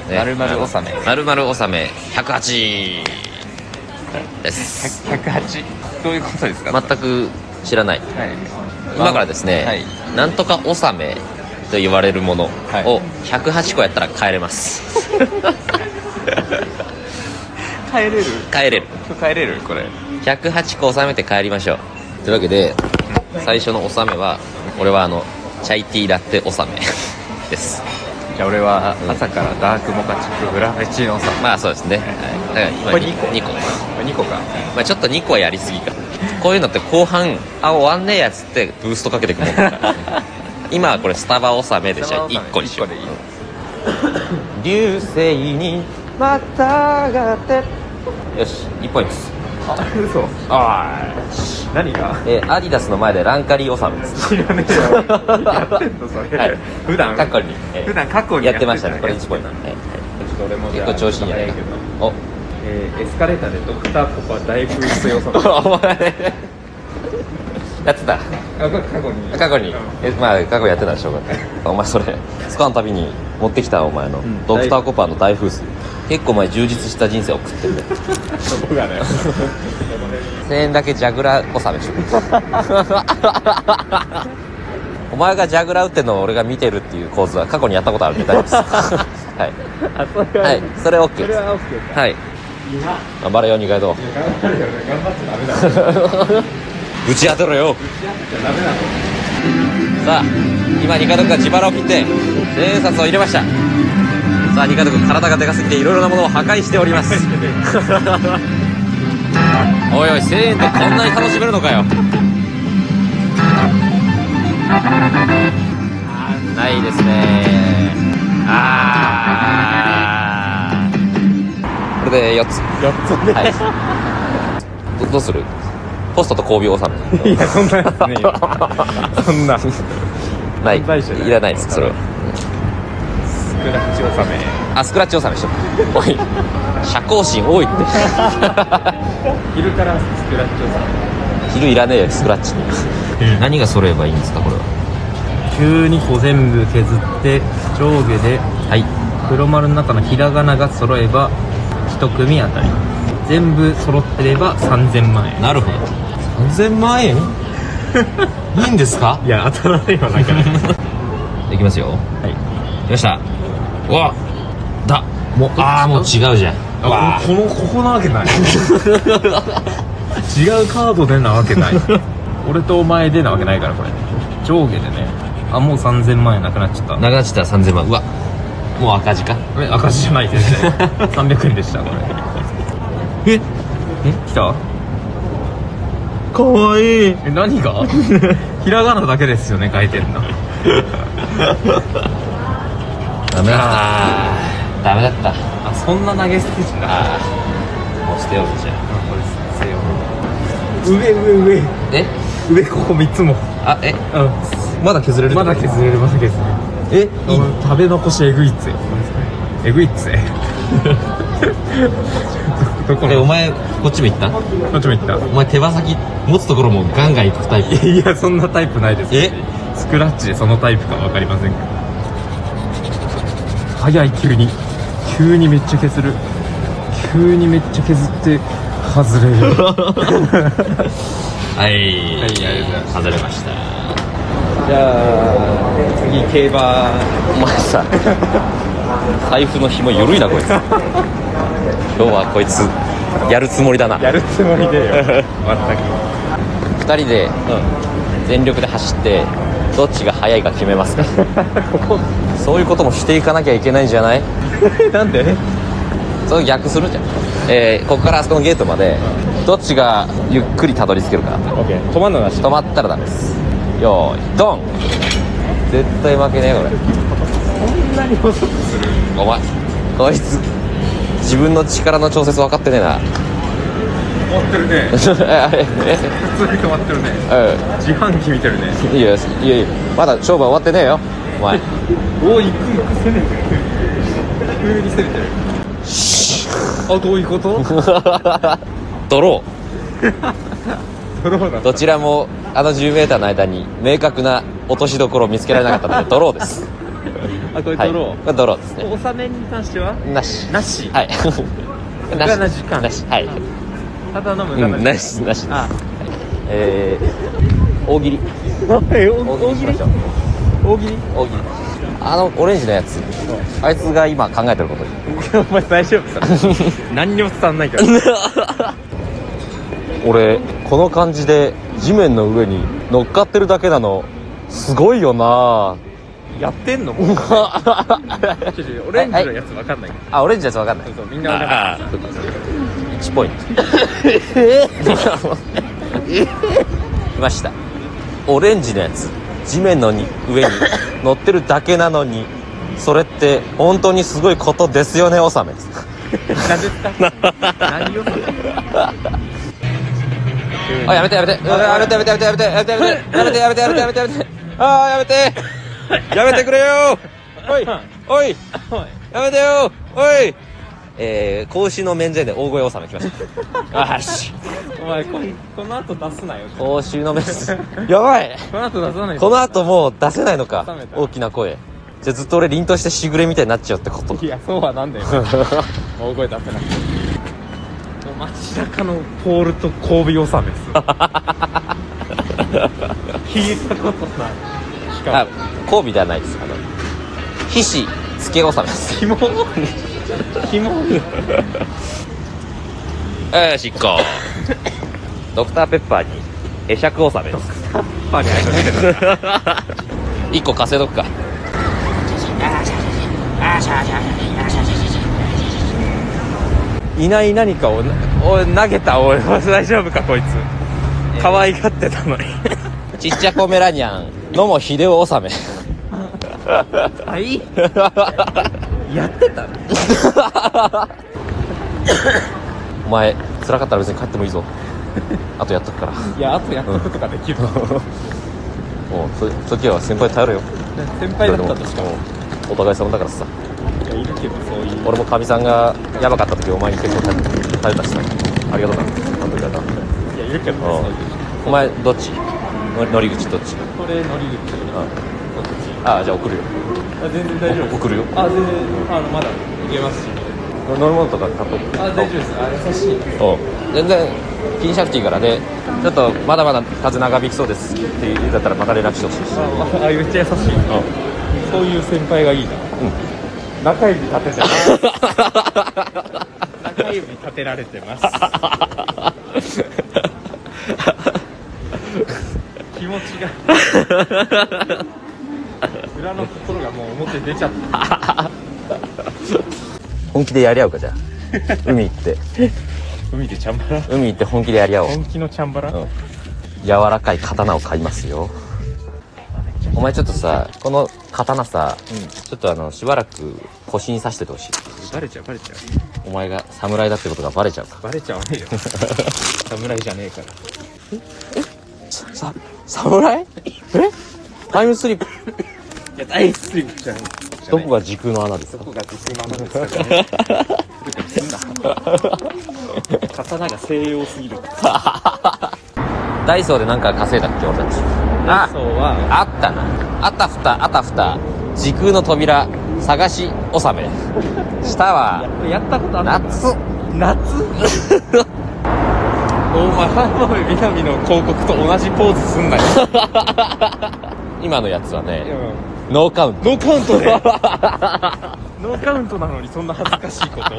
ね、 丸々納め丸々納め108です。 108どういうことですか？ 全く知らない、 はい、 今からですね、 はい、 なんとか納めと言われるものを108個やったら帰れます帰れるこれ 108個納めて帰りましょうというわけで、最初の納めは俺はチャイティーラテ納めです。 じゃあ俺は朝からダークモカチップフラペチーノ納め。 まあそうですね、だから今これ2個 2個か、 まあちょっと2個はやりすぎか。こういうのって後半終わんねえやつってブーストかけてくもんだから今はこれスタバ納めでじゃあ1個にしよう。流星にまたがってよし1ポイントです。 あ、嘘。何が？ アディダスの前でランカリー納めです。 知らねえよ。やってんのそれ、はい、普段過去にやってましたね。これ1ポイント、 俺も結構調子いいんじゃないか。お、 エスカレーターでドクターコパ大ブースト予想お前やってた。過去に、まあ過去やってたでしょうが。お前それ使うたびに持ってきたお前の、ドクターコパーの大風水。結構お前充実した人生を送ってるね。 そこがね 1000円だけジャグラー納めしようお前がジャグラー打ってんのを俺が見てるっていう構図は過去にやったことあるみたいですはい、はい、それ OK です。 それは OK か。 はい、頑張れよ二階堂。 頑張れよ、頑張っちゃダメだろ打ち当てろよ。 打ち当てちゃダメだろ。 さあ今二階堂君が自腹を切って千円札を入れました。さあ二階堂君体がでかすぎていろいろなものを破壊しておりますおいおい1000円ってこんなに楽しめるのかよ。ないですね。これで4つはいどうする？ポストと交尾納め。 いやそんなやつねえよそんなない、いらないですそれは。 スクラッチ納め。 スクラッチ納めしとく。おい社交心多いって昼からスクラッチ納め。 昼いらねえよスクラッチに何が揃えばいいんですかこれは。 12個全部削って上下で、 はい、 黒丸の中のひらがなが揃えば1組当たり。全部揃ってれば3000万円。 なるほど。3000万円いいんですか？ いや当たらないわなんかねいきますよ。 はい、 よっしゃ。うわだもう違うじゃん。 ここなわけない違うカードでなわけない俺とお前でなわけないから。これ上下でね。もう3000万円なくなっちゃった。 なくなっちゃったら3000万。うわもう赤字か。 赤字じゃないですね300円でしたこれ。来た？ かわいい。 何がひらがなだけですよね書いてんのダメだった。 そんな投げ捨てじゃもう捨てようじゃこれ捨てよう。上ここ3つも。 まだ削れる。 まだ削れる。いい食べ残しえぐいっつお前こっちも行った？ こっちも行った。 お前手羽先持つところもガンガン行くタイプ？ いやそんなタイプないです。スクラッチでそのタイプか分かりませんか？早い。急にめっちゃ削る。急にめっちゃ削って外れるはい、外れました。 じゃあ次競馬。 お前さ財布の紐緩いなこいつ今日はこいつやるつもりだな。 やるつもりでよ全く 2人で全力で走ってどっちが速いか決めますかそういうこともしていかなきゃいけないんじゃないなんで？ それ逆するじゃん。ここからあそこのゲートまでどっちがゆっくりたどり着けるか。 止まんのなし。 止まったらダメです。よーいドン。絶対負けねえこれ。 そんなに遅くする？ お前こいつ自分の力の調節分かってねえな。 止まってるね普通に止まってるね。自販機見てるね。 いやまだ勝負は終わってねえよお前おい行く攻めてる。急に攻めてる。どういうことドロドローだ。 ー。どちらも10m の間に明確な落としどころを見つけられなかったのでドローですあ、これはい、 ドロこれドローですね。 ー。納めに関してはなし。 なし。 はい。 無駄な時間なし。はい。 ただの無駄な時間。 なし、なしです。 あ、 大喜利。 大喜利しましょう。 大喜利大喜利。オレンジのやつ。あいつが今考えてること。 お前大丈夫か何にも伝わんないから俺、この感じで地面の上に乗っかってるだけなの、すごいよなやってんのもうオレンジのやつわかんないかあ、オレンジのやつわかんない。 そうみんなわかんない 1ポイント。いました。オレンジのやつ、地面の上に乗ってるだけなのに、それって本当にすごいことですよね、納めです。 何ですか何をそれあ、やめてやめてやめてやめてやめてやめてやめてやめてやめてやめてやめてやめて、あーやめてやめてくれよおいおいやめてよおい。子牛の面前で大声納めきました。よし、 お前この後出すなよ子牛の面やばい、 この後出さないこの後もう出せないのか収め、た大きな声じゃあずっと俺凛としてしぐれみたいになっちゃうってこと。 いやそうはなんだよ大声出せなくて街中のポールと交尾納めです聞いたことない。しかあ、交尾ではないです。皮脂つけ納めです。 キモキモよし行こう。ドクターペッパーに会釈納めです。 パに会いてる 1個稼いどくか。 いない何かを投げた。おい大丈夫かこいつ可愛がってたのにちっちゃポメラニャン野茂英雄納め。 はいやってたのお前辛かったら別に帰ってもいいぞ。あとやっとくから。 いやあとやっとくとかできるもうそ時は先輩頼るよ。 先輩だったとしかもお互い様だからさ。 いやいるけどそういう俺もかみさんがヤバかった時お前に結構頼れたしさ。ありがとうな。あとやった。 いやいるけどそういうお前どっち乗り口どっち。 これ乗り口ああ、じゃあ送るよ。 あ全然大丈夫送るよ。 あ全然まだいけますし飲み物とか買っとく。 あ大丈夫ですあ優しいうん全然気にしなくていいからで、ちょっとまだまだ風長引きそうですって言うんだったらまた連絡してほしいし。 あめっちゃ優しいそういう先輩がいいな中指立ててます中指立てられてます気持ちが裏の心がもう表に出ちゃった本気でやり合うかじゃあ海行って海でチャンバラ海行って本気でやり合おう。 本気のチャンバラ、 柔らかい刀を買いますよ。お前ちょっとさこの刀さ、ちょっとしばらく腰に刺しててほしい。 バレちゃうお前が侍だってことがバレちゃうか。 バレちゃわねえよ侍じゃねえから侍タイムスリップいや大スリップじゃんどこが時空の穴ですか。 どこが実の穴ですかね刀が西洋すぎるダイソーでなんか稼いだっけ俺たち。 ダイソーはあったな。あたふた時空の扉探し納めしたわ。 やったことある夏お前浜辺美波の広告と同じポーズすんなよ今のやつはねノーカウント。 ノーカウントでノーカウントなのにそんな恥ずかしいことす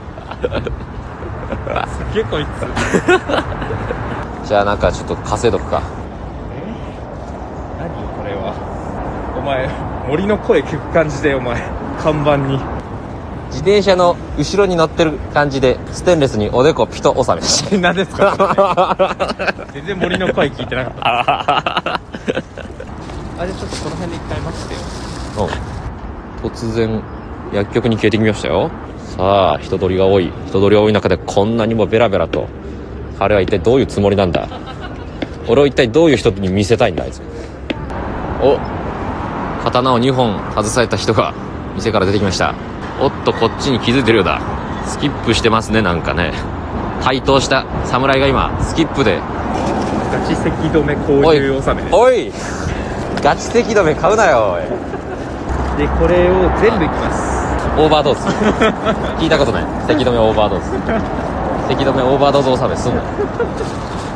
っげえこいつじゃあなんかちょっと稼いどくか。 何これはお前森の声聞く感じでお前看板に自転車の後ろに乗ってる感じでステンレスにおでこピト納めでした。 何ですか全然森の声聞いてなかったあじゃあちょっとこの辺で一回待ってよ突然薬局に消えてきましたよ。さあ人通りが多い中でこんなにもベラベラと彼は一体どういうつもりなんだ。俺を一体どういう人に見せたいんだあいつ。お刀を2本外された人が店から出てきました。おっとこっちに気づいてるようだ。スキップしてますね。なんかね対等した侍が今スキップでガチ咳止め購入納めおいガチ咳止め買うなよおいでこれを全部いきます。 オーバードーズ聞いたことない。咳止めオーバードーズ。咳止めオーバードーズ納めすんの。